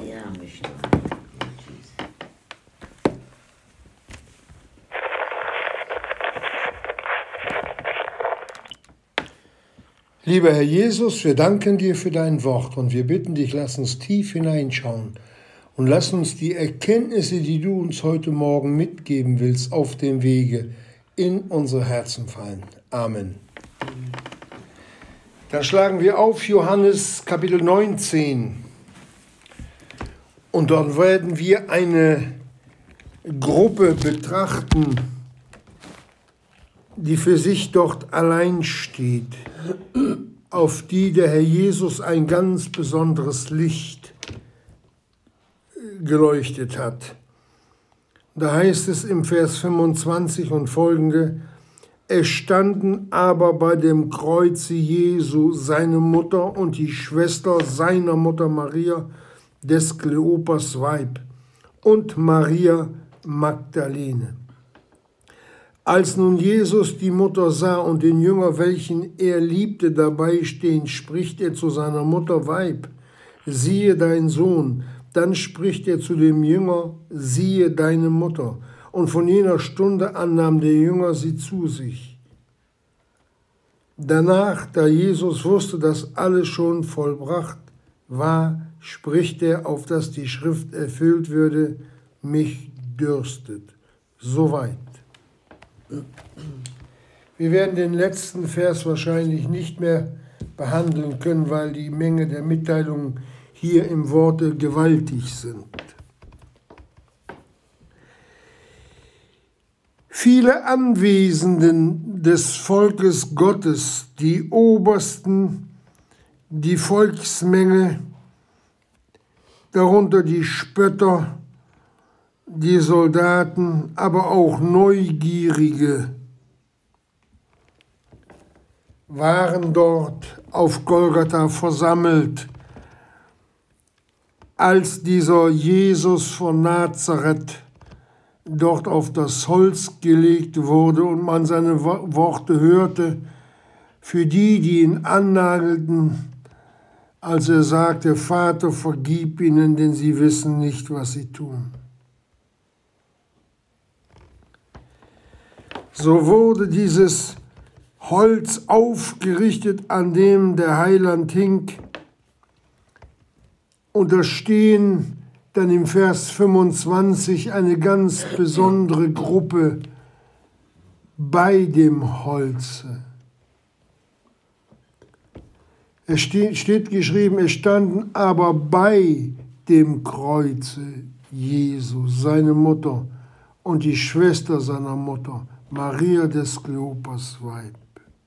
Ja, mich noch. Lieber Herr Jesus, wir danken dir für dein Wort und wir bitten dich, lass uns tief hineinschauen und lass uns die Erkenntnisse, die du uns heute Morgen mitgeben willst, auf dem Wege in unsere Herzen fallen. Amen. Dann schlagen wir auf Johannes Kapitel 19 und dort werden wir eine Gruppe betrachten, die für sich dort allein steht, auf die der Herr Jesus ein ganz besonderes Licht geleuchtet hat. Da heißt es im Vers 25 und folgende: Es standen aber bei dem Kreuze Jesu seine Mutter und die Schwester seiner Mutter Maria, des Kleopas Weib, und Maria Magdalene. Als nun Jesus die Mutter sah und den Jünger, welchen er liebte, dabei stehen, spricht er zu seiner Mutter: Weib, siehe dein Sohn. Dann spricht er zu dem Jünger: Siehe deine Mutter. Und von jener Stunde an nahm der Jünger sie zu sich. Danach, da Jesus wusste, dass alles schon vollbracht war, spricht er, auf dass die Schrift erfüllt würde: Mich dürstet. Soweit. Wir werden den letzten Vers wahrscheinlich nicht mehr behandeln können, weil die Menge der Mitteilungen hier im Worte gewaltig sind. Viele Anwesenden des Volkes Gottes, die Obersten, die Volksmenge, darunter die Spötter, die Soldaten, aber auch Neugierige, waren dort auf Golgatha versammelt, als dieser Jesus von Nazareth dort auf das Holz gelegt wurde und man seine Worte hörte, für die, die ihn annagelten, als er sagte: Vater, vergib ihnen, denn sie wissen nicht, was sie tun. So wurde dieses Holz aufgerichtet, an dem der Heiland hing. Und da stehen dann im Vers 25 eine ganz besondere Gruppe bei dem Holze. Es steht geschrieben, es standen aber bei dem Kreuze Jesu, seine Mutter und die Schwester seiner Mutter, Maria des Kleopas Weib.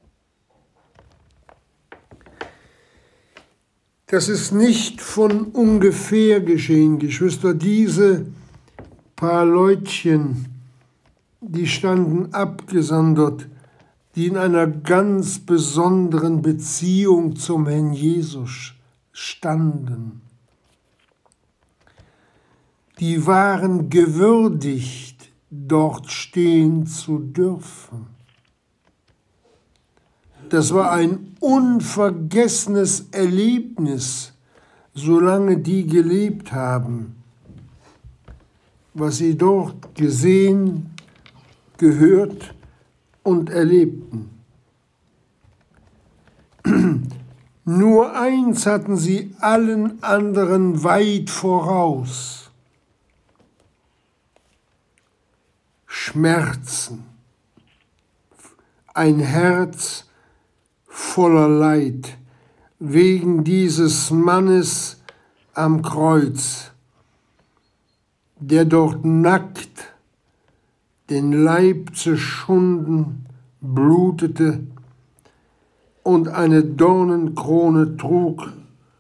Das ist nicht von ungefähr geschehen, Geschwister. Diese paar Leutchen, die standen abgesondert, die in einer ganz besonderen Beziehung zum Herrn Jesus standen. Die waren gewürdigt, dort stehen zu dürfen. Das war ein unvergessenes Erlebnis, solange die gelebt haben, was sie dort gesehen, gehört und erlebten. Nur eins hatten sie allen anderen weit voraus: Schmerzen, ein Herz voller Leid wegen dieses Mannes am Kreuz, der dort nackt, den Leib zerschunden, blutete und eine Dornenkrone trug,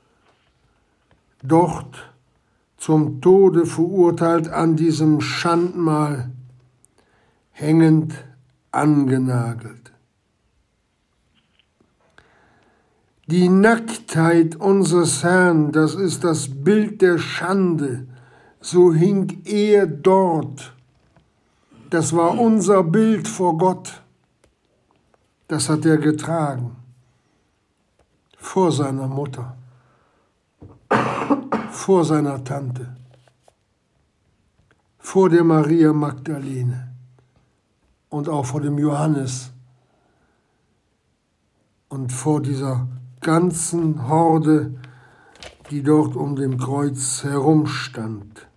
dort zum Tode verurteilt an diesem Schandmal, hängend angenagelt. Die Nacktheit unseres Herrn, das ist das Bild der Schande, so hing er dort. Das war unser Bild vor Gott. Das hat er getragen. Vor seiner Mutter. vor seiner Tante, vor der Maria Magdalene und auch vor dem Johannes und vor dieser ganzen Horde, die dort um dem Kreuz herumstand.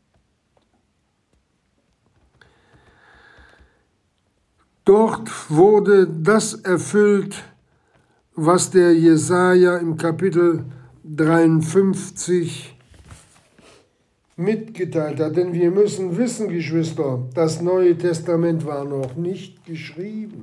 Dort wurde das erfüllt, was der Jesaja im Kapitel 53 mitgeteilt hat. Denn wir müssen wissen, Geschwister, das Neue Testament war noch nicht geschrieben.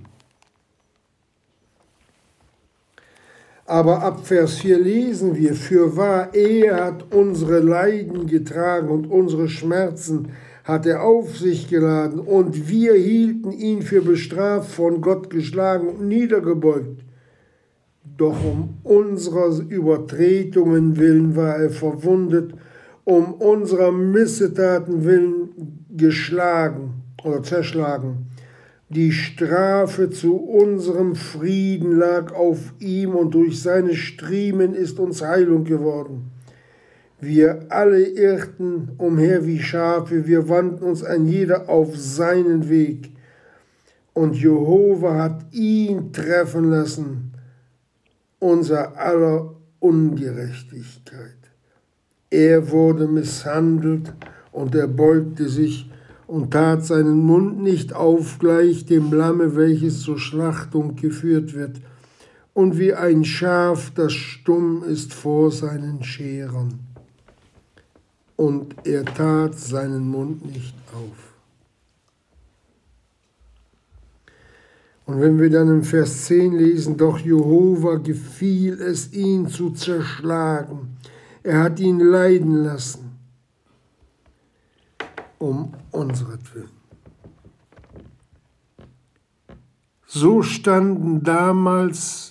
Aber ab Vers 4 lesen wir: Fürwahr, er hat unsere Leiden getragen und unsere Schmerzen hat er auf sich geladen, und wir hielten ihn für bestraft, von Gott geschlagen und niedergebeugt. Doch um unserer Übertretungen willen war er verwundet, um unserer Missetaten willen geschlagen oder zerschlagen. Die Strafe zu unserem Frieden lag auf ihm, und durch seine Striemen ist uns Heilung geworden. Wir alle irrten umher wie Schafe, wir wandten uns ein jeder auf seinen Weg. Und Jehova hat ihn treffen lassen, unser aller Ungerechtigkeit. Er wurde misshandelt und er beugte sich und tat seinen Mund nicht auf, gleich dem Lamme, welches zur Schlachtung geführt wird, und wie ein Schaf, das stumm ist vor seinen Scherern. Und er tat seinen Mund nicht auf. Und wenn wir dann im Vers 10 lesen, doch Jehova gefiel es, ihn zu zerschlagen. Er hat ihn leiden lassen, um unseretwillen. So standen damals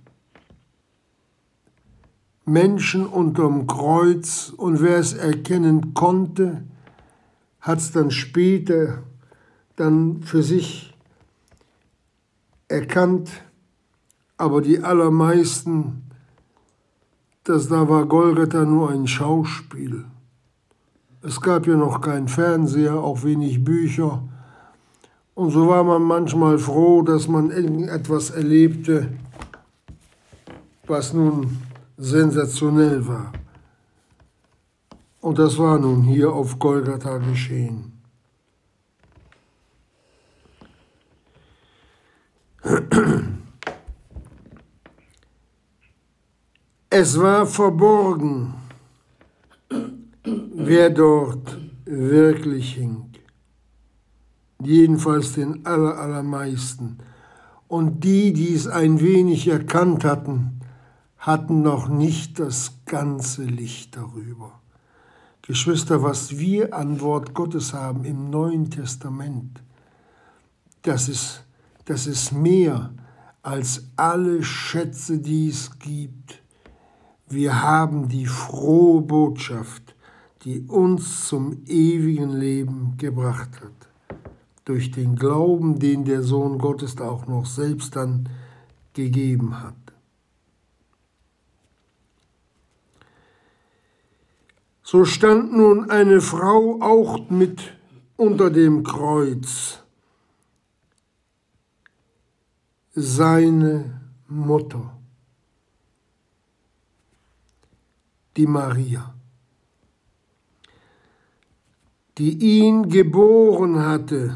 Menschen unterm Kreuz, und wer es erkennen konnte, hat es dann später dann für sich erkannt, aber die allermeisten, da war Golgatha nur ein Schauspiel. Es gab ja noch keinen Fernseher, auch wenig Bücher, und so war man manchmal froh, dass man irgendetwas erlebte, was nun sensationell war. Und das war nun hier auf Golgatha geschehen. Es war verborgen, wer dort wirklich hing. Jedenfalls den allermeisten. Und die es ein wenig erkannt hatten, hatten noch nicht das ganze Licht darüber. Geschwister, was wir an Wort Gottes haben im Neuen Testament, das ist mehr als alle Schätze, die es gibt. Wir haben die frohe Botschaft, die uns zum ewigen Leben gebracht hat. Durch den Glauben, den der Sohn Gottes da auch noch selbst dann gegeben hat. So stand nun eine Frau auch mit unter dem Kreuz, seine Mutter, die Maria, die ihn geboren hatte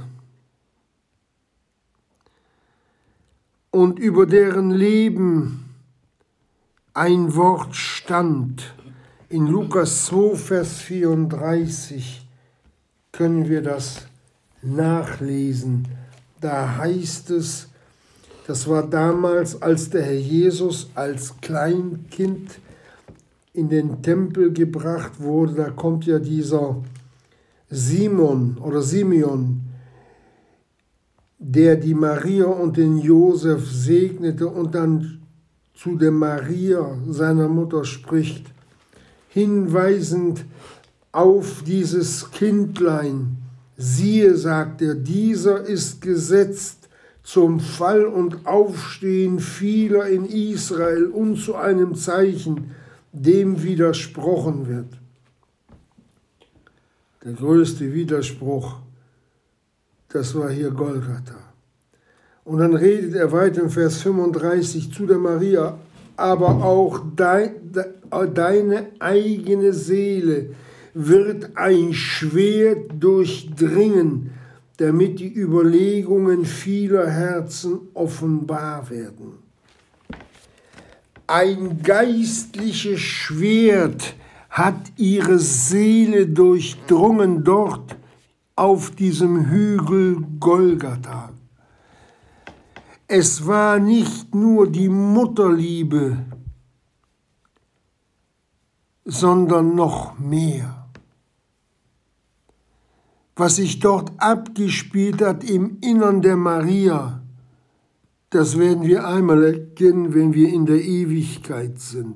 und über deren Leben ein Wort stand. In Lukas 2, Vers 34 können wir das nachlesen. Da heißt es, das war damals, als der Herr Jesus als Kleinkind in den Tempel gebracht wurde. Da kommt ja dieser Simeon, der die Maria und den Josef segnete und dann zu der Maria, seiner Mutter, spricht, hinweisend auf dieses Kindlein. Siehe, sagt er, dieser ist gesetzt zum Fall und Aufstehen vieler in Israel und zu einem Zeichen, dem widersprochen wird. Der größte Widerspruch, das war hier Golgatha. Und dann redet er weiter im Vers 35 zu der Maria, aber auch deine eigene Seele wird ein Schwert durchdringen, damit die Überlegungen vieler Herzen offenbar werden. Ein geistliches Schwert hat ihre Seele durchdrungen dort auf diesem Hügel Golgatha. Es war nicht nur die Mutterliebe, sondern noch mehr. Was sich dort abgespielt hat im Innern der Maria, das werden wir einmal erkennen, wenn wir in der Ewigkeit sind.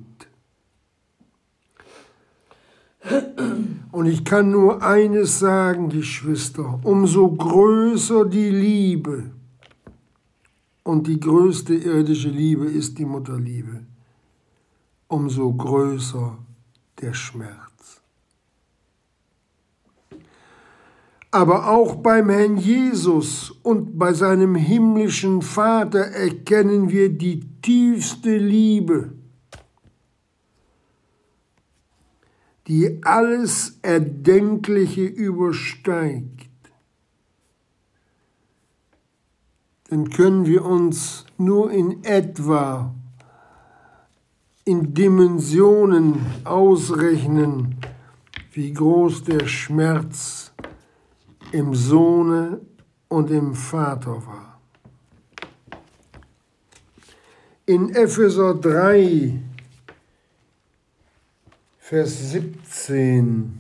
Und ich kann nur eines sagen, Geschwister, umso größer die Liebe, und die größte irdische Liebe ist die Mutterliebe, umso größer der Schmerz. Aber auch beim Herrn Jesus und bei seinem himmlischen Vater erkennen wir die tiefste Liebe, die alles Erdenkliche übersteigt. Dann können wir uns nur in etwa in Dimensionen ausrechnen, wie groß der Schmerz im Sohne und im Vater war. In Epheser 3, Vers 17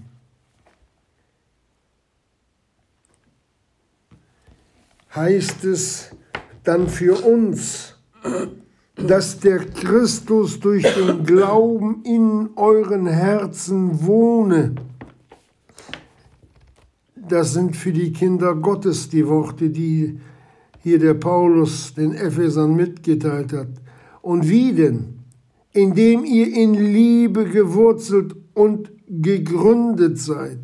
heißt es dann für uns, dass der Christus durch den Glauben in euren Herzen wohne. Das sind für die Kinder Gottes die Worte, die hier der Paulus den Ephesern mitgeteilt hat. Und wie denn? Indem ihr in Liebe gewurzelt und gegründet seid.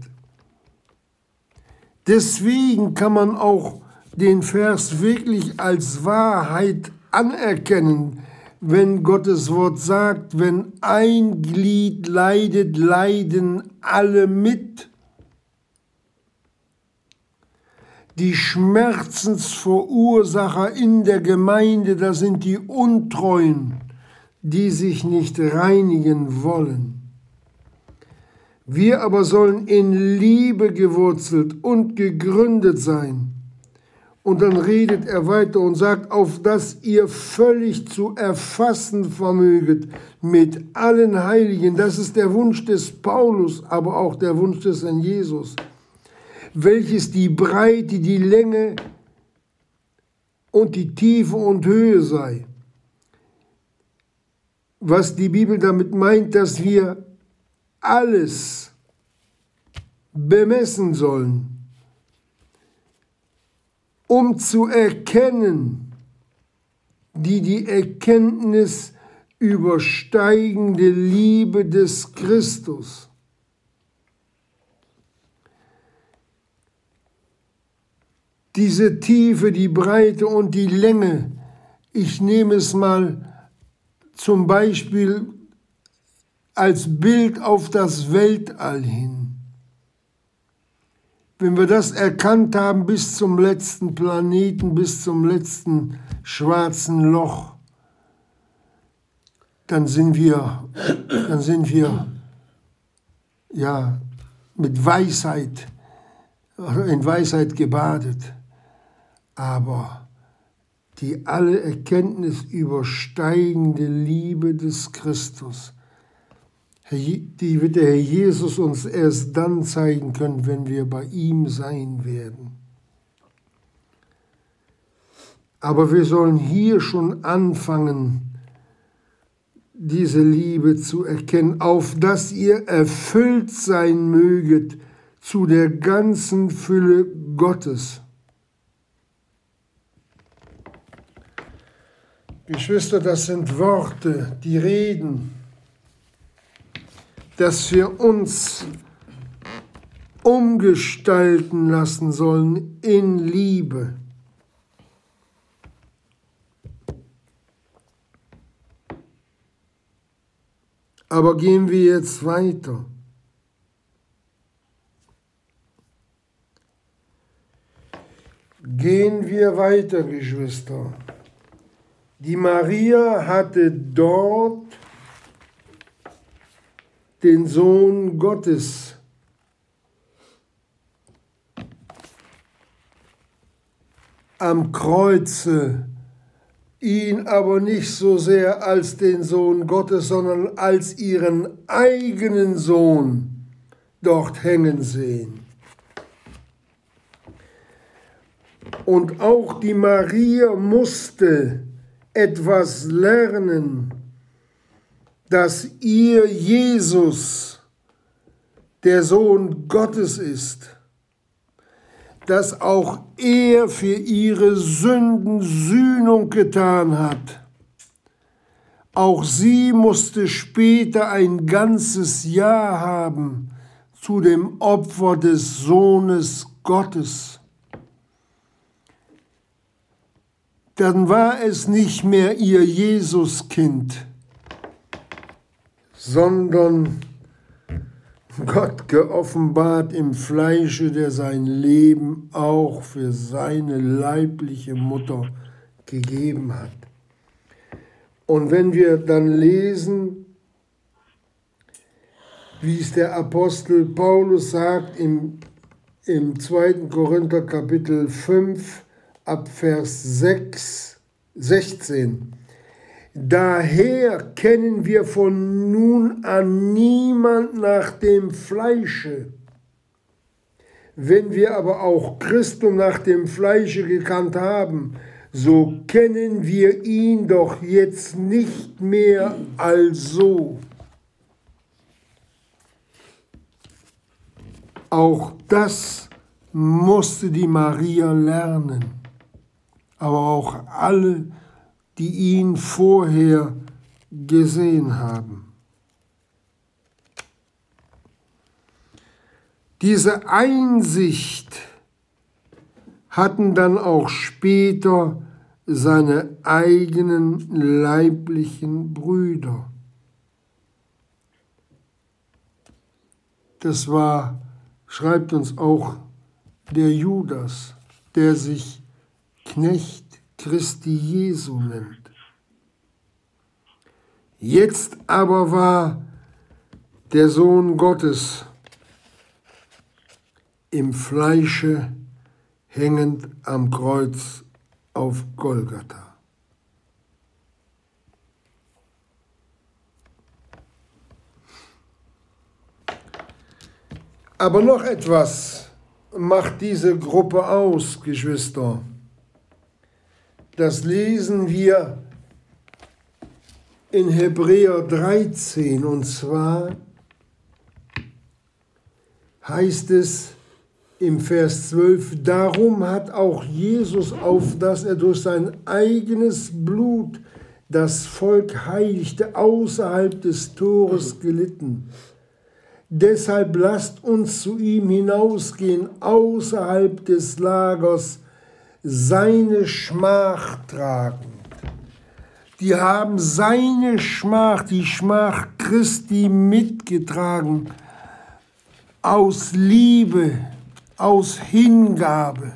Deswegen kann man auch den Vers wirklich als Wahrheit anerkennen, wenn Gottes Wort sagt, wenn ein Glied leidet, leiden alle mit. Die Schmerzensverursacher in der Gemeinde, das sind die Untreuen, die sich nicht reinigen wollen. Wir aber sollen in Liebe gewurzelt und gegründet sein. Und dann redet er weiter und sagt, auf dass ihr völlig zu erfassen vermöget mit allen Heiligen. Das ist der Wunsch des Paulus, aber auch der Wunsch des Herrn Jesus. Welches die Breite, die Länge und die Tiefe und Höhe sei. Was die Bibel damit meint, dass wir alles bemessen sollen, um zu erkennen, die Erkenntnis übersteigende Liebe des Christus. Diese Tiefe, die Breite und die Länge, ich nehme es mal zum Beispiel als Bild auf das Weltall hin. Wenn wir das erkannt haben bis zum letzten Planeten, bis zum letzten schwarzen Loch, dann sind wir ja mit Weisheit, in Weisheit gebadet. Aber die alle Erkenntnis übersteigende Liebe des Christus, die wird der Herr Jesus uns erst dann zeigen können, wenn wir bei ihm sein werden. Aber wir sollen hier schon anfangen, diese Liebe zu erkennen, auf dass ihr erfüllt sein möget zu der ganzen Fülle Gottes. Geschwister, das sind Worte, die reden, dass wir uns umgestalten lassen sollen in Liebe. Aber gehen wir jetzt weiter. Gehen wir weiter, Geschwister. Die Maria hatte dort den Sohn Gottes am Kreuze, ihn aber nicht so sehr als den Sohn Gottes, sondern als ihren eigenen Sohn dort hängen sehen. Und auch die Maria musste etwas lernen, dass ihr Jesus der Sohn Gottes ist, dass auch er für ihre Sünden Sühnung getan hat. Auch sie musste später ein ganzes Jahr haben zu dem Opfer des Sohnes Gottes. Dann war es nicht mehr ihr Jesuskind, sondern Gott geoffenbart im Fleische, der sein Leben auch für seine leibliche Mutter gegeben hat. Und wenn wir dann lesen, wie es der Apostel Paulus sagt im 2. Korinther Kapitel 5 ab Vers 16, daher kennen wir von nun an niemand nach dem Fleische. Wenn wir aber auch Christum nach dem Fleische gekannt haben, so kennen wir ihn doch jetzt nicht mehr also. Auch das musste die Maria lernen, aber auch alle, die ihn vorher gesehen haben. Diese Einsicht hatten dann auch später seine eigenen leiblichen Brüder. Das war, schreibt uns auch der Judas, der sich Knecht Christi Jesu nennt. Jetzt aber war der Sohn Gottes im Fleische hängend am Kreuz auf Golgatha. Aber noch etwas macht diese Gruppe aus, Geschwister. Das lesen wir in Hebräer 13, und zwar heißt es im Vers 12, darum hat auch Jesus, auf dass er durch sein eigenes Blut das Volk heiligte, außerhalb des Tores gelitten. Deshalb lasst uns zu ihm hinausgehen, außerhalb des Lagers, seine Schmach tragen. Die haben seine Schmach, die Schmach Christi mitgetragen, aus Liebe, aus Hingabe.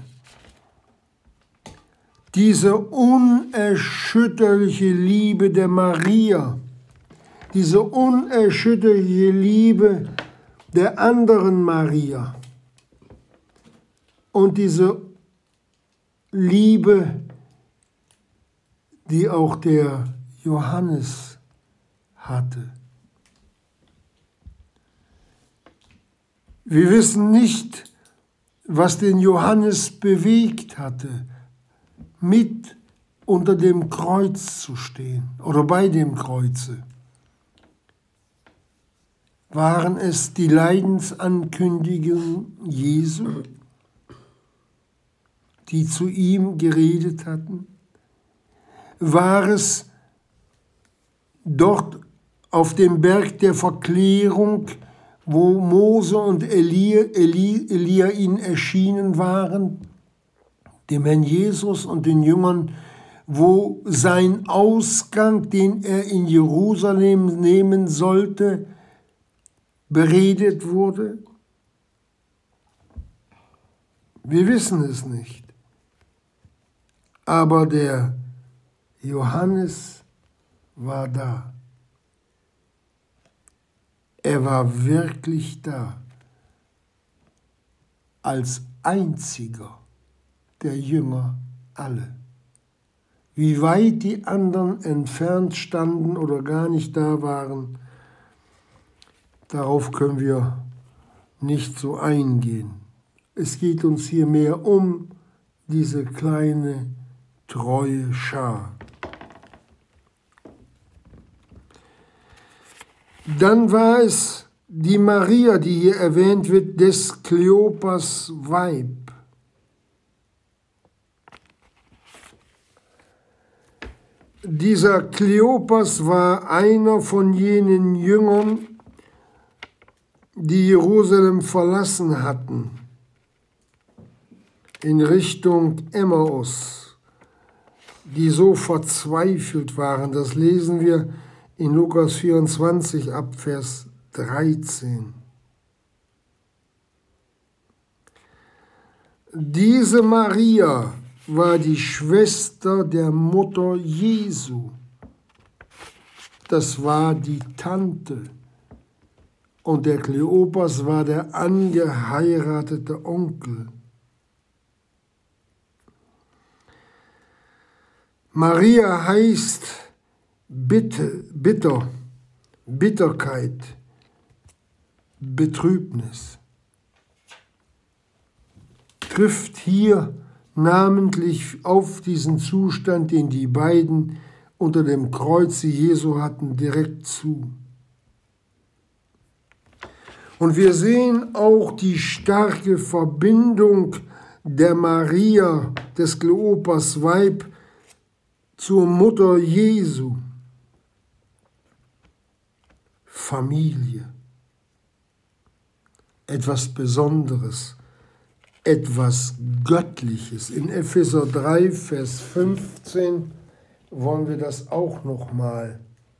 Diese unerschütterliche Liebe der Maria, diese unerschütterliche Liebe der anderen Maria und diese Liebe, die auch der Johannes hatte. Wir wissen nicht, was den Johannes bewegt hatte, mit unter dem Kreuz zu stehen oder bei dem Kreuze. Waren es die Leidensankündigungen Jesu, die zu ihm geredet hatten? War es dort auf dem Berg der Verklärung, wo Mose und Elia ihnen erschienen waren, dem Herrn Jesus und den Jüngern, wo sein Ausgang, den er in Jerusalem nehmen sollte, beredet wurde? Wir wissen es nicht. Aber der Johannes war da. Er war wirklich da, als einziger der Jünger alle. Wie weit die anderen entfernt standen oder gar nicht da waren, darauf können wir nicht so eingehen. Es geht uns hier mehr um diese kleine, treue Schar. Dann war es die Maria, die hier erwähnt wird, des Kleopas Weib. Dieser Kleopas war einer von jenen Jüngern, die Jerusalem verlassen hatten, in Richtung Emmaus, die so verzweifelt waren. Das lesen wir in Lukas 24 ab Vers 13. Diese Maria war die Schwester der Mutter Jesu. Das war die Tante. Und der Kleopas war der angeheiratete Onkel. Maria heißt Bitterkeit, Betrübnis. Trifft hier namentlich auf diesen Zustand, den die beiden unter dem Kreuze Jesu hatten, direkt zu. Und wir sehen auch die starke Verbindung der Maria, des Kleopas Weib, zur Mutter Jesu. Familie. Etwas Besonderes. Etwas Göttliches. In Epheser 3, Vers 15 wollen wir das auch nochmal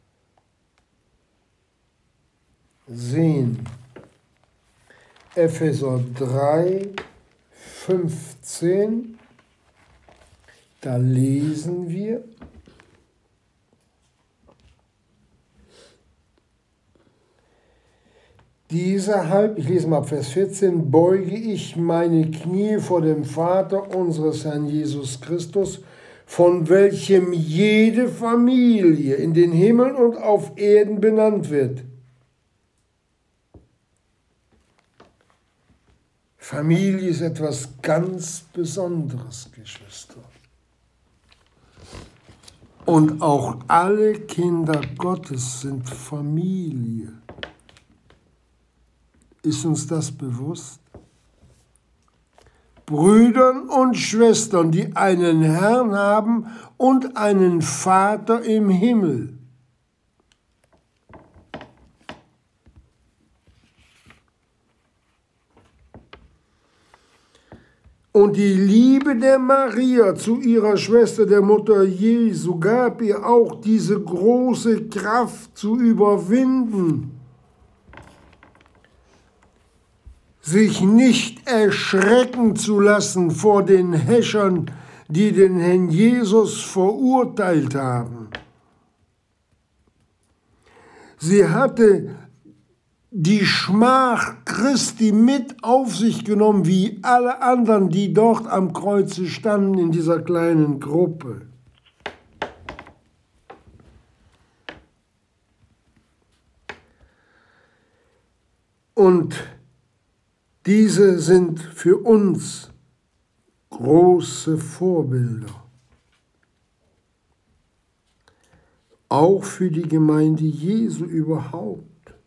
sehen. Epheser 3, 15, da lesen wir: Deshalb, ich lese mal ab Vers 14, beuge ich meine Knie vor dem Vater unseres Herrn Jesus Christus, von welchem jede Familie in den Himmeln und auf Erden benannt wird. Familie ist etwas ganz Besonderes, Geschwister. Und auch alle Kinder Gottes sind Familie. Ist uns das bewusst? Brüdern und Schwestern, die einen Herrn haben und einen Vater im Himmel. Und die Liebe der Maria zu ihrer Schwester, der Mutter Jesu, gab ihr auch diese große Kraft zu überwinden, sich nicht erschrecken zu lassen vor den Häschern, die den Herrn Jesus verurteilt haben. Sie hatte die Schmach Christi mit auf sich genommen, wie alle anderen, die dort am Kreuze standen in dieser kleinen Gruppe. Und diese sind für uns große Vorbilder. Auch für die Gemeinde Jesu überhaupt.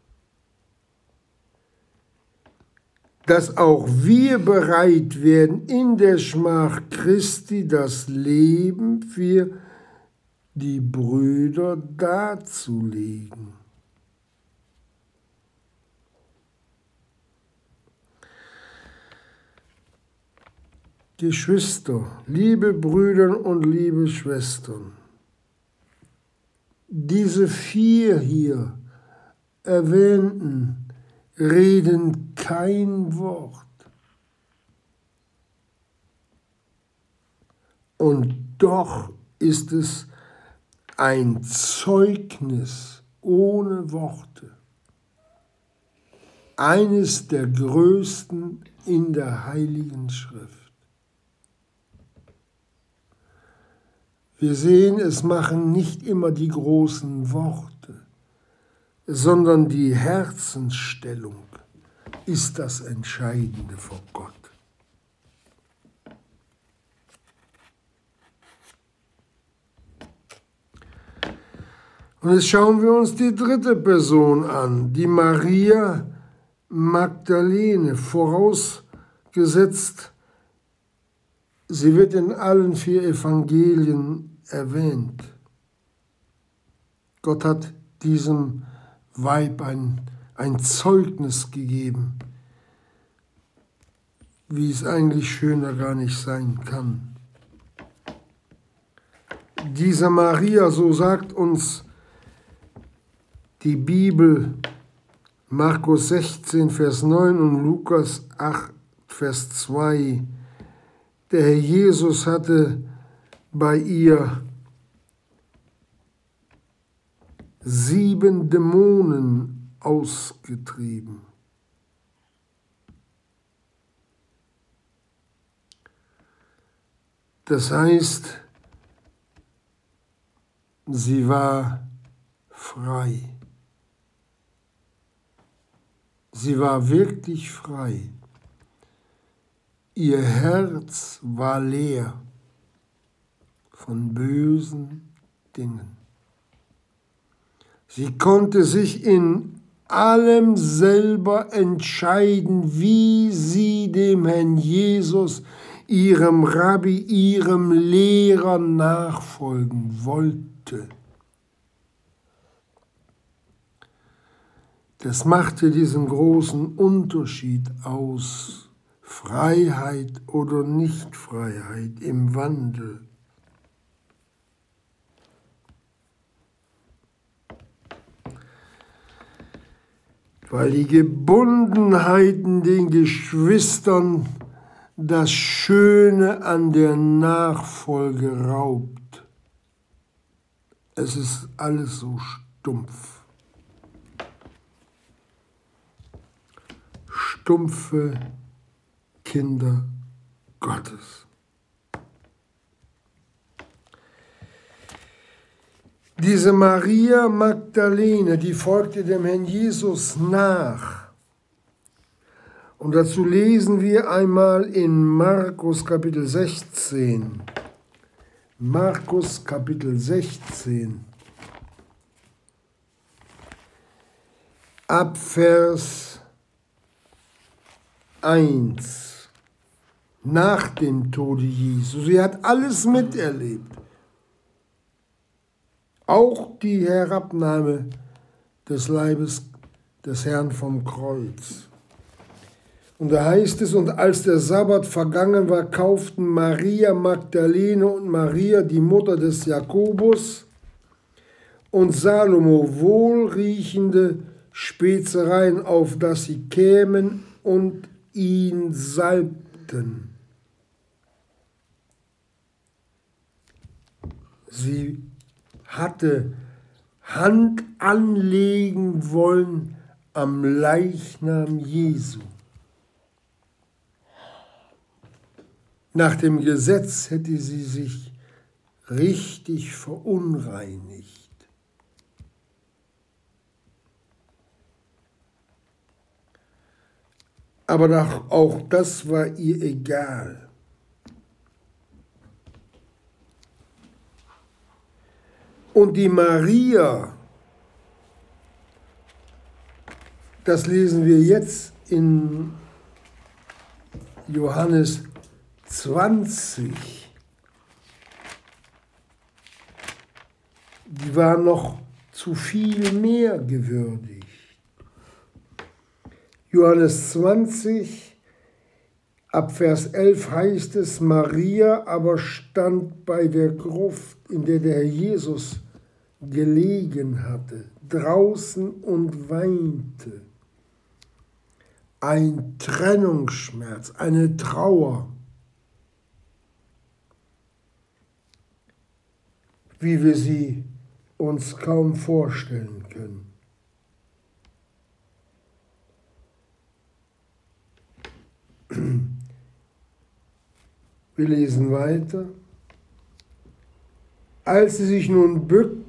Dass auch wir bereit werden, in der Schmach Christi das Leben für die Brüder darzulegen. Geschwister, liebe Brüder und liebe Schwestern, diese 4 hier erwähnten reden kein Wort. Und doch ist es ein Zeugnis ohne Worte. Eines der größten in der Heiligen Schrift. Wir sehen, es machen nicht immer die großen Worte, sondern die Herzensstellung ist das Entscheidende vor Gott. Und jetzt schauen wir uns die 3. Person an, die Maria Magdalene, vorausgesetzt, sie wird in allen 4 Evangelien erwähnt. Gott hat diesem Weib ein Zeugnis gegeben, wie es eigentlich schöner gar nicht sein kann. Diese Maria, so sagt uns die Bibel, Markus 16, Vers 9 und Lukas 8, Vers 2, der Herr Jesus hatte bei ihr 7 Dämonen ausgetrieben. Das heißt, sie war frei. Sie war wirklich frei. Ihr Herz war leer von bösen Dingen. Sie konnte sich in allem selber entscheiden, wie sie dem Herrn Jesus, ihrem Rabbi, ihrem Lehrer nachfolgen wollte. Das machte diesen großen Unterschied aus, Freiheit oder Nichtfreiheit im Wandel. Weil die Gebundenheiten den Geschwistern das Schöne an der Nachfolge raubt. Es ist alles so stumpf. Stumpfe Kinder Gottes. Diese Maria Magdalene, die folgte dem Herrn Jesus nach. Und dazu lesen wir einmal in Markus Kapitel 16. Markus Kapitel 16. Ab Vers 1. Nach dem Tode Jesu. Sie hat alles miterlebt. Auch die Herabnahme des Leibes des Herrn vom Kreuz. Und da heißt es, und als der Sabbat vergangen war, kauften Maria Magdalene und Maria, die Mutter des Jakobus, und Salomo wohlriechende Spezereien, auf dass sie kämen und ihn salbten. Sie hatte Hand anlegen wollen am Leichnam Jesu. Nach dem Gesetz hätte sie sich richtig verunreinigt. Aber auch das war ihr egal. Und die Maria, das lesen wir jetzt in Johannes 20, die war noch zu viel mehr gewürdigt. Johannes 20, Ab Vers 11 heißt es, Maria aber stand bei der Gruft, in der der Herr Jesus gelegen hatte, draußen und weinte. Ein Trennungsschmerz, eine Trauer, wie wir sie uns kaum vorstellen können. Wir lesen weiter. Als sie nun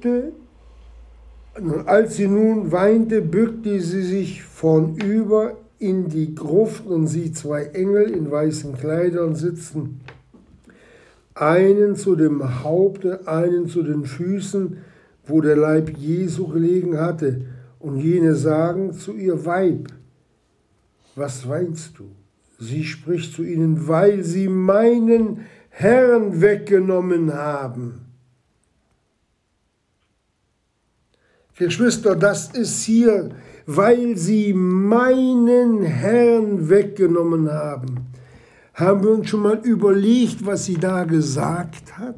weinte, bückte sie sich vornüber in die Gruft und sieht zwei Engel in weißen Kleidern sitzen, einen zu dem Haupte, einen zu den Füßen, wo der Leib Jesu gelegen hatte. Und jene sagen zu ihr: Weib, was weinst du? Sie spricht zu ihnen: Weil sie meinen Herrn weggenommen haben. Geschwister, das ist hier, weil sie meinen Herrn weggenommen haben. Haben wir uns schon mal überlegt, was sie da gesagt hat?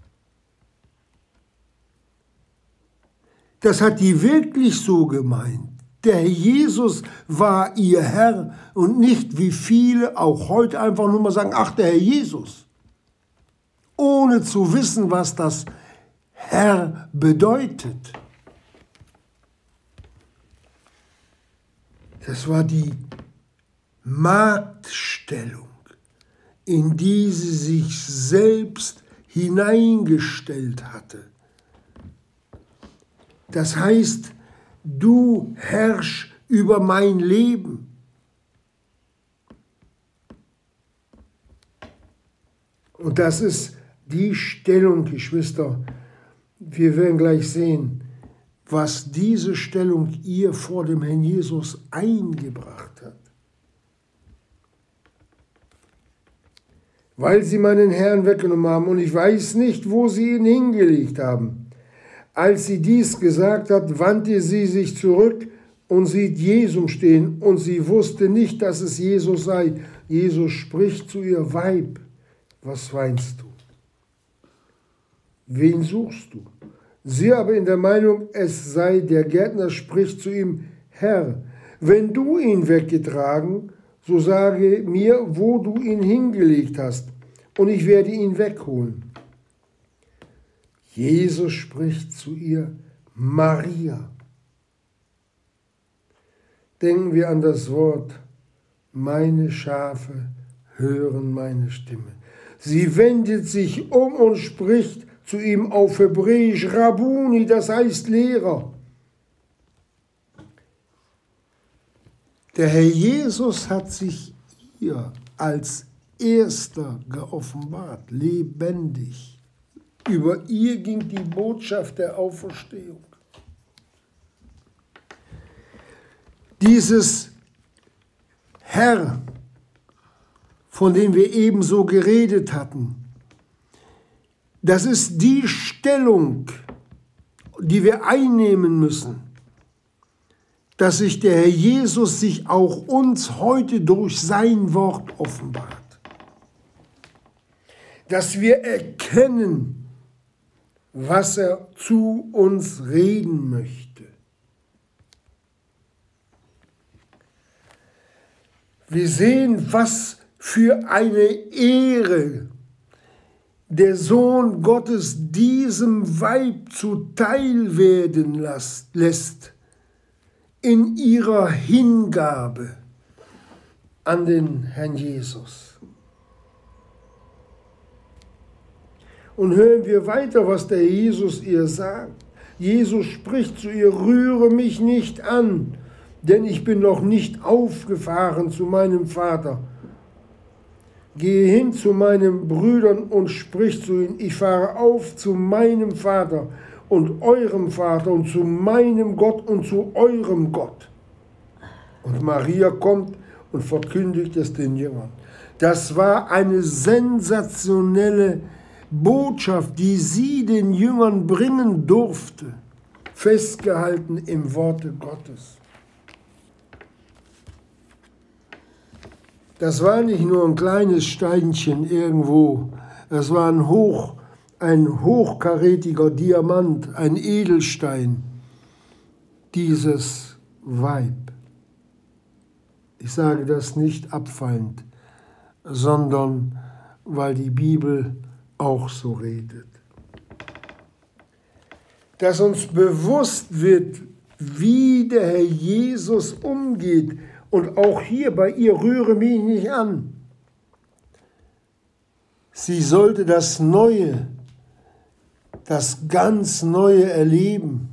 Das hat die wirklich so gemeint. Der Herr Jesus war ihr Herr und nicht wie viele auch heute einfach nur mal sagen, ach, der Herr Jesus. Ohne zu wissen, was das Herr bedeutet. Das war die Magdstellung, in die sie sich selbst hineingestellt hatte. Das heißt, du herrschst über mein Leben. Und das ist die Stellung, Geschwister. Wir werden gleich sehen, was diese Stellung ihr vor dem Herrn Jesus eingebracht hat. Weil sie meinen Herrn weggenommen haben und ich weiß nicht, wo sie ihn hingelegt haben. Als sie dies gesagt hat, wandte sie sich zurück und sieht Jesus stehen und sie wusste nicht, dass es Jesus sei. Jesus spricht zu ihr: Weib, was weinst du? Wen suchst du? Sie aber in der Meinung, es sei der Gärtner, spricht zu ihm: Herr, wenn du ihn weggetragen, so sage mir, wo du ihn hingelegt hast, und ich werde ihn wegholen. Jesus spricht zu ihr: Maria. Denken wir an das Wort: Meine Schafe hören meine Stimme. Sie wendet sich um und spricht zu ihm auf Hebräisch Rabuni, das heißt Lehrer. Der Herr Jesus hat sich ihr als Erster geoffenbart, lebendig. Über ihr ging die Botschaft der Auferstehung. Dieses Herr, von dem wir ebenso geredet hatten, das ist die Stellung, die wir einnehmen müssen, dass sich der Herr Jesus sich auch uns heute durch sein Wort offenbart. Dass wir erkennen, was er zu uns reden möchte. Wir sehen, was für eine Ehre der Sohn Gottes diesem Weib zuteil werden lässt in ihrer Hingabe an den Herrn Jesus. Und hören wir weiter, was der Jesus ihr sagt. Jesus spricht zu ihr: Rühre mich nicht an, denn ich bin noch nicht aufgefahren zu meinem Vater. Gehe hin zu meinen Brüdern und sprich zu ihnen: Ich fahre auf zu meinem Vater und eurem Vater und zu meinem Gott und zu eurem Gott. Und Maria kommt und verkündigt es den Jüngern. Das war eine sensationelle Botschaft, die sie den Jüngern bringen durfte, festgehalten im Worte Gottes. Das war nicht nur ein kleines Steinchen irgendwo, das war ein hochkarätiger Diamant, ein Edelstein, dieses Weib. Ich sage das nicht abfallend, sondern weil die Bibel auch so redet. Dass uns bewusst wird, wie der Herr Jesus umgeht. Und auch hier bei ihr rühre mich nicht an. Sie sollte das Neue, das ganz Neue erleben.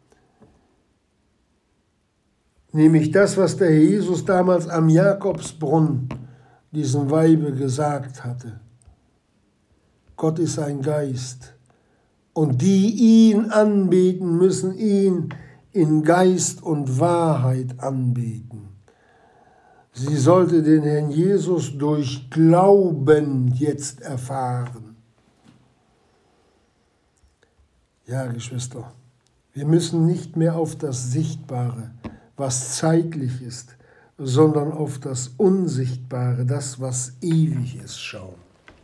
Nämlich das, was der Herr Jesus damals am Jakobsbrunnen diesem Weibe gesagt hatte. Gott ist ein Geist. Und die ihn anbeten, müssen ihn in Geist und Wahrheit anbeten. Sie sollte den Herrn Jesus durch Glauben jetzt erfahren. Ja, Geschwister, wir müssen nicht mehr auf das Sichtbare, was zeitlich ist, sondern auf das Unsichtbare, das, was ewig ist, schauen.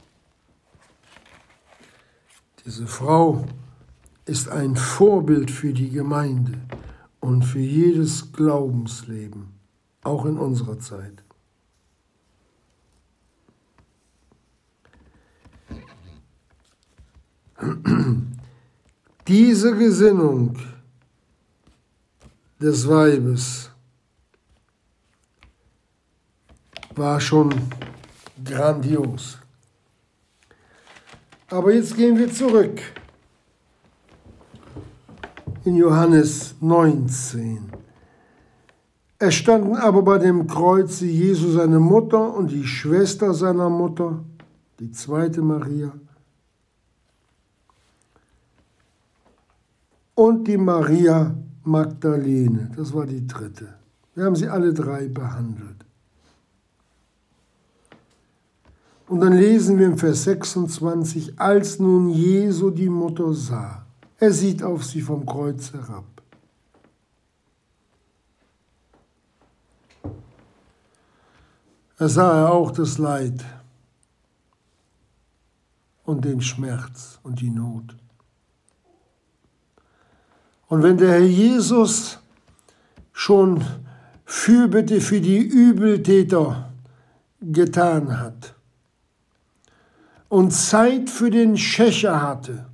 Diese Frau ist ein Vorbild für die Gemeinde und für jedes Glaubensleben, auch in unserer Zeit. Diese Gesinnung des Weibes war schon grandios. Aber jetzt gehen wir zurück in Johannes 19. Es standen aber bei dem Kreuze Jesu seine Mutter und die Schwester seiner Mutter, die zweite Maria, und die Maria Magdalene, das war die dritte. Wir haben sie alle drei behandelt. Und dann lesen wir im Vers 26, als nun Jesu die Mutter sah, er sieht auf sie vom Kreuz herab. Da sah er auch das Leid und den Schmerz und die Not. Und wenn der Herr Jesus schon Fürbitte für die Übeltäter getan hat und Zeit für den Schächer hatte,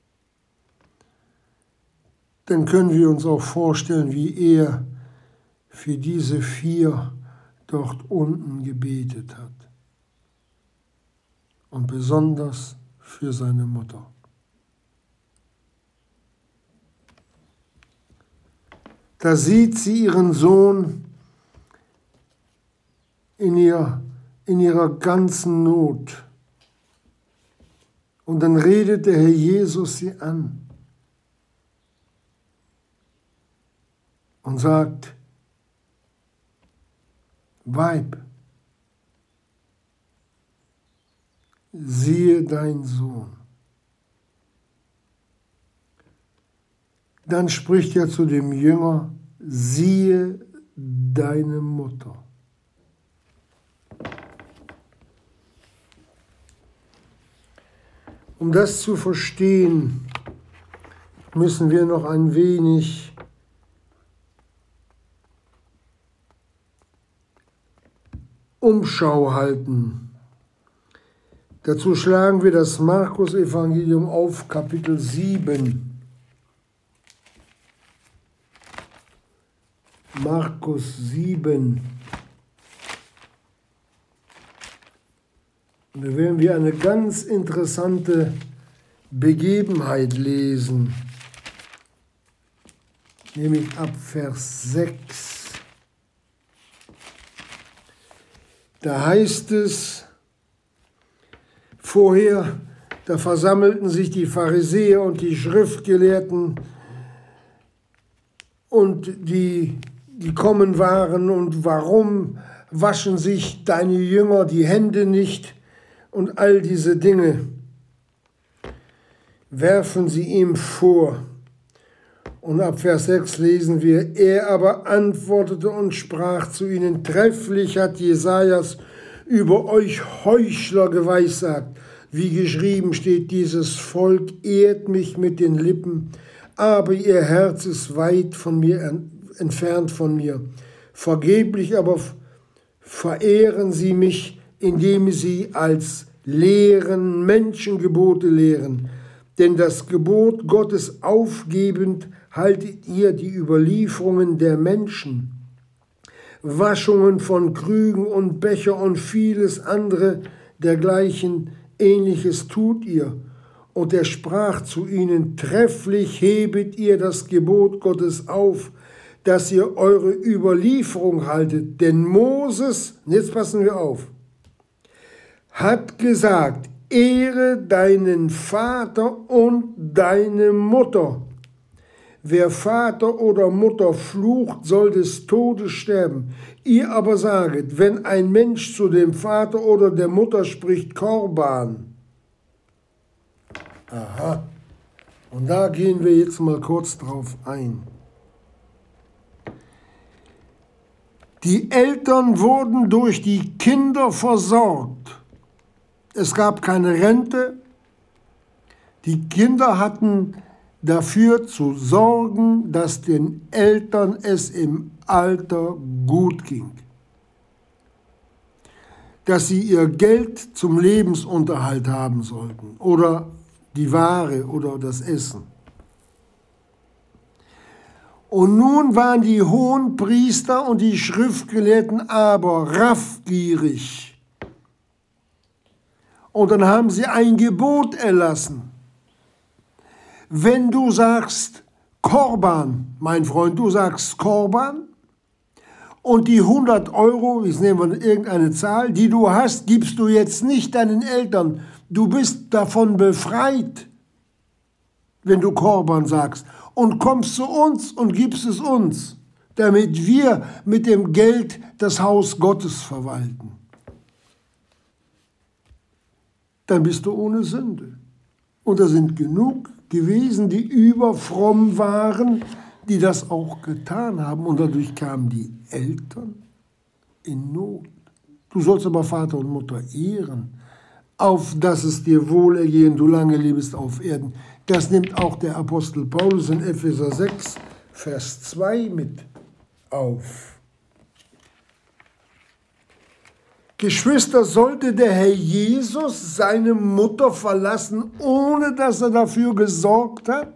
dann können wir uns auch vorstellen, wie er für diese 4 dort unten gebetet hat. Und besonders für seine Mutter. Da sieht sie ihren Sohn in ihrer ganzen Not. Und dann redet der Herr Jesus sie an und sagt, Weib, siehe dein Sohn. Dann spricht er zu dem Jünger, siehe deine Mutter. Um das zu verstehen, müssen wir noch ein wenig Umschau halten. Dazu schlagen wir das Markus-Evangelium auf, Kapitel 7. Markus 7. Und da werden wir eine ganz interessante Begebenheit lesen, nämlich ab Vers 6. Da heißt es, vorher, da versammelten sich die Pharisäer und die Schriftgelehrten und die kommen waren und warum waschen sich deine Jünger die Hände nicht und all diese Dinge werfen sie ihm vor. Und ab Vers 6 lesen wir, er aber antwortete und sprach zu ihnen, trefflich hat Jesajas über euch Heuchler geweissagt. Wie geschrieben steht, dieses Volk ehrt mich mit den Lippen, aber ihr Herz ist weit von mir entfernt von mir. Vergeblich aber verehren sie mich, indem sie als Lehren Menschengebote lehren. Denn das Gebot Gottes aufgebend haltet ihr die Überlieferungen der Menschen. Waschungen von Krügen und Becher und vieles andere dergleichen Ähnliches tut ihr. Und er sprach zu ihnen, trefflich hebet ihr das Gebot Gottes auf, dass ihr eure Überlieferung haltet. Denn Moses, jetzt passen wir auf, hat gesagt, ehre deinen Vater und deine Mutter. Wer Vater oder Mutter flucht, soll des Todes sterben. Ihr aber saget, wenn ein Mensch zu dem Vater oder der Mutter spricht, Korban. Aha. Und da gehen wir jetzt mal kurz drauf ein. Die Eltern wurden durch die Kinder versorgt. Es gab keine Rente. Die Kinder hatten dafür zu sorgen, dass den Eltern es im Alter gut ging. Dass sie ihr Geld zum Lebensunterhalt haben sollten oder die Ware oder das Essen. Und nun waren die Hohenpriester und die Schriftgelehrten aber raffgierig. Und dann haben sie ein Gebot erlassen. Wenn du sagst Korban, mein Freund, du sagst Korban und die 100 €, jetzt nehmen wir irgendeine Zahl, die du hast, gibst du jetzt nicht deinen Eltern. Du bist davon befreit, wenn du Korban sagst und kommst zu uns und gibst es uns, damit wir mit dem Geld das Haus Gottes verwalten. Dann bist du ohne Sünde. Und da sind genug gewesen, die überfromm waren, die das auch getan haben. Und dadurch kamen die Eltern in Not. Du sollst aber Vater und Mutter ehren, auf dass es dir wohlergehen, du lange lebst auf Erden. Das nimmt auch der Apostel Paulus in Epheser 6, Vers 2 mit auf. Geschwister, sollte der Herr Jesus seine Mutter verlassen, ohne dass er dafür gesorgt hat,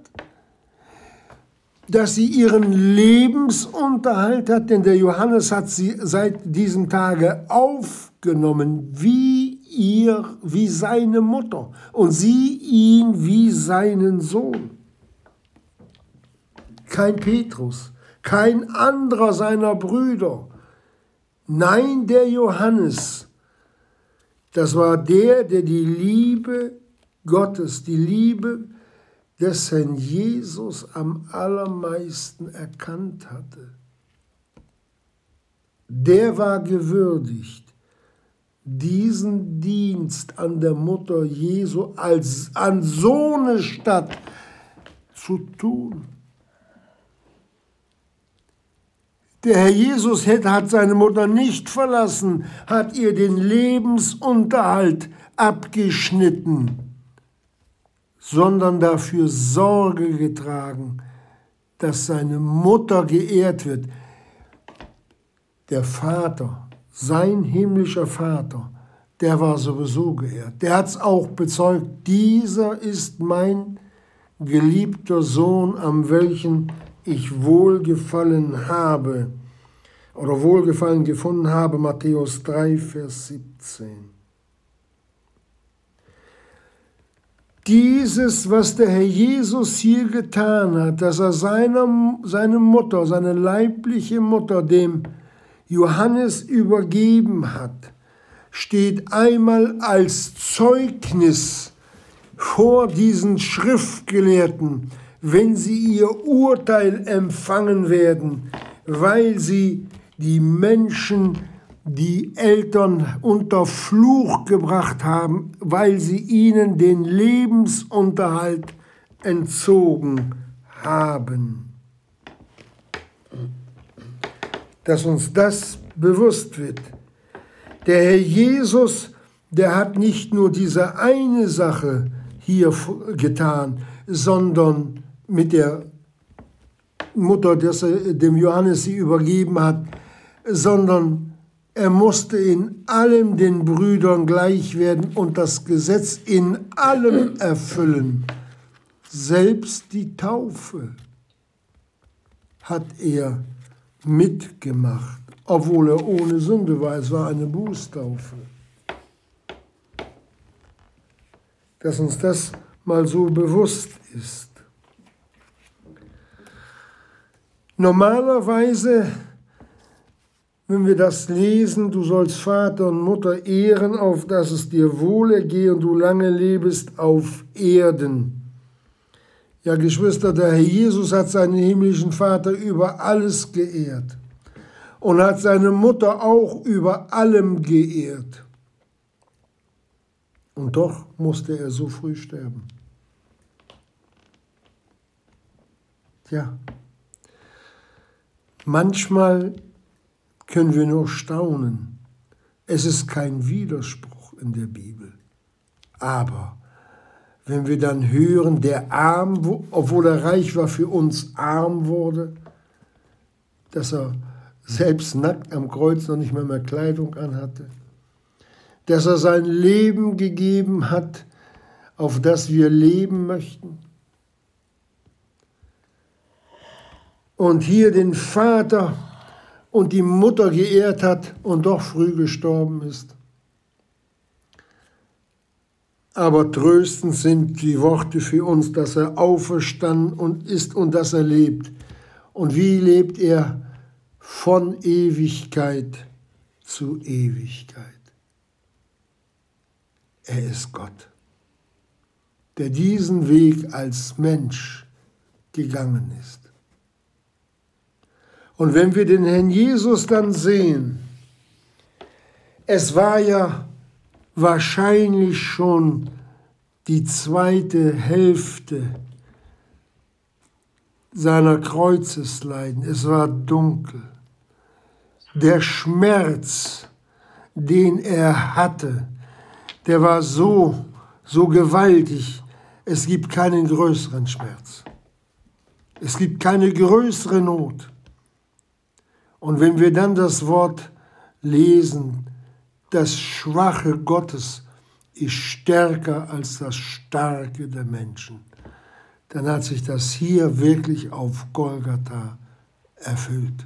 dass sie ihren Lebensunterhalt hat? Denn der Johannes hat sie seit diesem Tage aufgenommen, wie seine Mutter, und sie ihn wie seinen Sohn. Kein Petrus, kein anderer seiner Brüder. Nein, der Johannes, das war der die Liebe Gottes, die Liebe des Herrn Jesus am allermeisten erkannt hatte. Der war gewürdigt, diesen Dienst an der Mutter Jesu an so eine Stadt zu tun. Der Herr Jesus hat seine Mutter nicht verlassen, hat ihr den Lebensunterhalt abgeschnitten, sondern dafür Sorge getragen, dass seine Mutter geehrt wird. Der Vater, sein himmlischer Vater, der war sowieso geehrt. Der hat es auch bezeugt, dieser ist mein geliebter Sohn, am welchen ich Wohlgefallen habe oder Wohlgefallen gefunden habe, Matthäus 3, Vers 17. Dieses, was der Herr Jesus hier getan hat, dass er seine Mutter, seine leibliche Mutter, dem Johannes übergeben hat, steht einmal als Zeugnis vor diesen Schriftgelehrten, wenn sie ihr Urteil empfangen werden, weil sie die Menschen, die Eltern unter Fluch gebracht haben, weil sie ihnen den Lebensunterhalt entzogen haben. Dass uns das bewusst wird. Der Herr Jesus, der hat nicht nur diese eine Sache hier getan, sondern mit der Mutter, dass er dem Johannes sie übergeben hat, sondern er musste in allem den Brüdern gleich werden und das Gesetz in allem erfüllen. Selbst die Taufe hat er mitgemacht, obwohl er ohne Sünde war. Es war eine Bußtaufe. Dass uns das mal so bewusst ist. Normalerweise, wenn wir das lesen, du sollst Vater und Mutter ehren, auf dass es dir wohlergehe und du lange lebest auf Erden. Ja, Geschwister, der Herr Jesus hat seinen himmlischen Vater über alles geehrt und hat seine Mutter auch über allem geehrt. Und doch musste er so früh sterben. Tja, manchmal können wir nur staunen. Es ist kein Widerspruch in der Bibel. Aber wenn wir dann hören, der arm, obwohl er reich war, für uns arm wurde, dass er selbst nackt am Kreuz noch nicht mehr Kleidung anhatte, dass er sein Leben gegeben hat, auf das wir leben möchten. Und hier den Vater und die Mutter geehrt hat und doch früh gestorben ist. Aber tröstend sind die Worte für uns, dass er auferstanden und ist und dass er lebt. Und wie lebt er? Von Ewigkeit zu Ewigkeit. Er ist Gott, der diesen Weg als Mensch gegangen ist. Und wenn wir den Herrn Jesus dann sehen, es war ja wahrscheinlich schon die zweite Hälfte seiner Kreuzesleiden. Es war dunkel. Der Schmerz, den er hatte, der war so gewaltig. Es gibt keinen größeren Schmerz. Es gibt keine größere Not. Und wenn wir dann das Wort lesen, das Schwache Gottes ist stärker als das Starke der Menschen, dann hat sich das hier wirklich auf Golgatha erfüllt.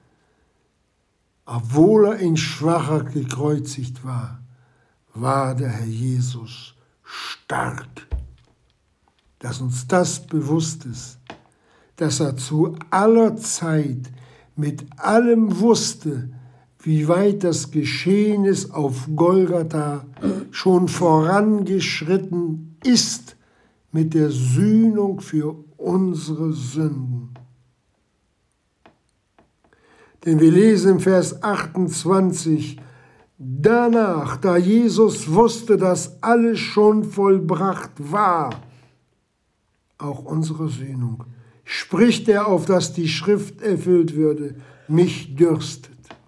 Obwohl er in Schwacher gekreuzigt war, war der Herr Jesus stark. Dass uns das bewusst ist, dass er zu aller Zeit mit allem wusste, wie weit das Geschehen ist auf Golgatha schon vorangeschritten ist mit der Sühnung für unsere Sünden. Denn wir lesen im Vers 28, danach, da Jesus wusste, dass alles schon vollbracht war, auch unsere Sühnung, spricht er, auf dass die Schrift erfüllt würde, mich dürstet.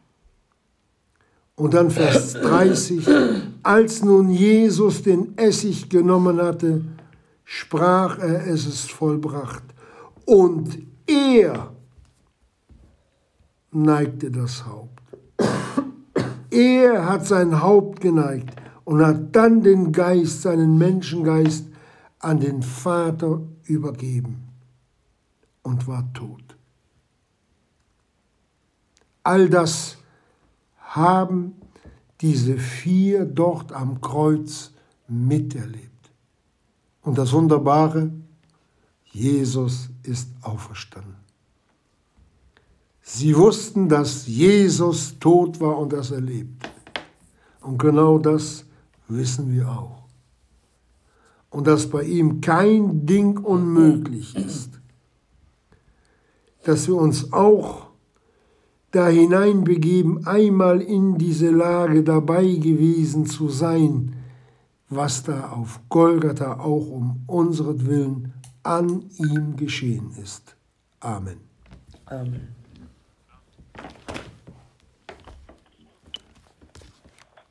Und dann Vers 30, als nun Jesus den Essig genommen hatte, sprach er, es ist vollbracht. Und er neigte das Haupt. Er hat sein Haupt geneigt und hat dann den Geist, seinen Menschengeist, an den Vater übergeben und war tot. All das haben diese 4 dort am Kreuz miterlebt. Und das Wunderbare, Jesus ist auferstanden. Sie wussten, dass Jesus tot war und dass er lebt. Und genau das wissen wir auch. Und dass bei ihm kein Ding unmöglich ist. Dass wir uns auch da hineinbegeben, einmal in diese Lage dabei gewesen zu sein, was da auf Golgatha auch um unseretwillen an ihm geschehen ist. Amen. Amen.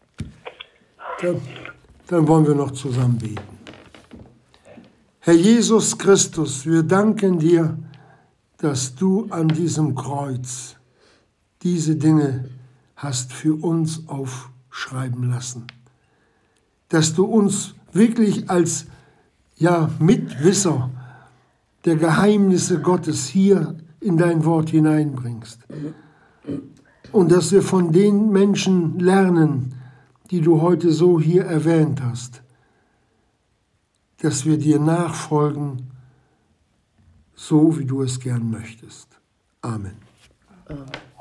Dann wollen wir noch zusammen beten. Herr Jesus Christus, wir danken dir, dass du an diesem Kreuz diese Dinge hast für uns aufschreiben lassen. Dass du uns wirklich als Mitwisser der Geheimnisse Gottes hier in dein Wort hineinbringst. Und dass wir von den Menschen lernen, die du heute so hier erwähnt hast, dass wir dir nachfolgen, so wie du es gern möchtest. Amen. Amen.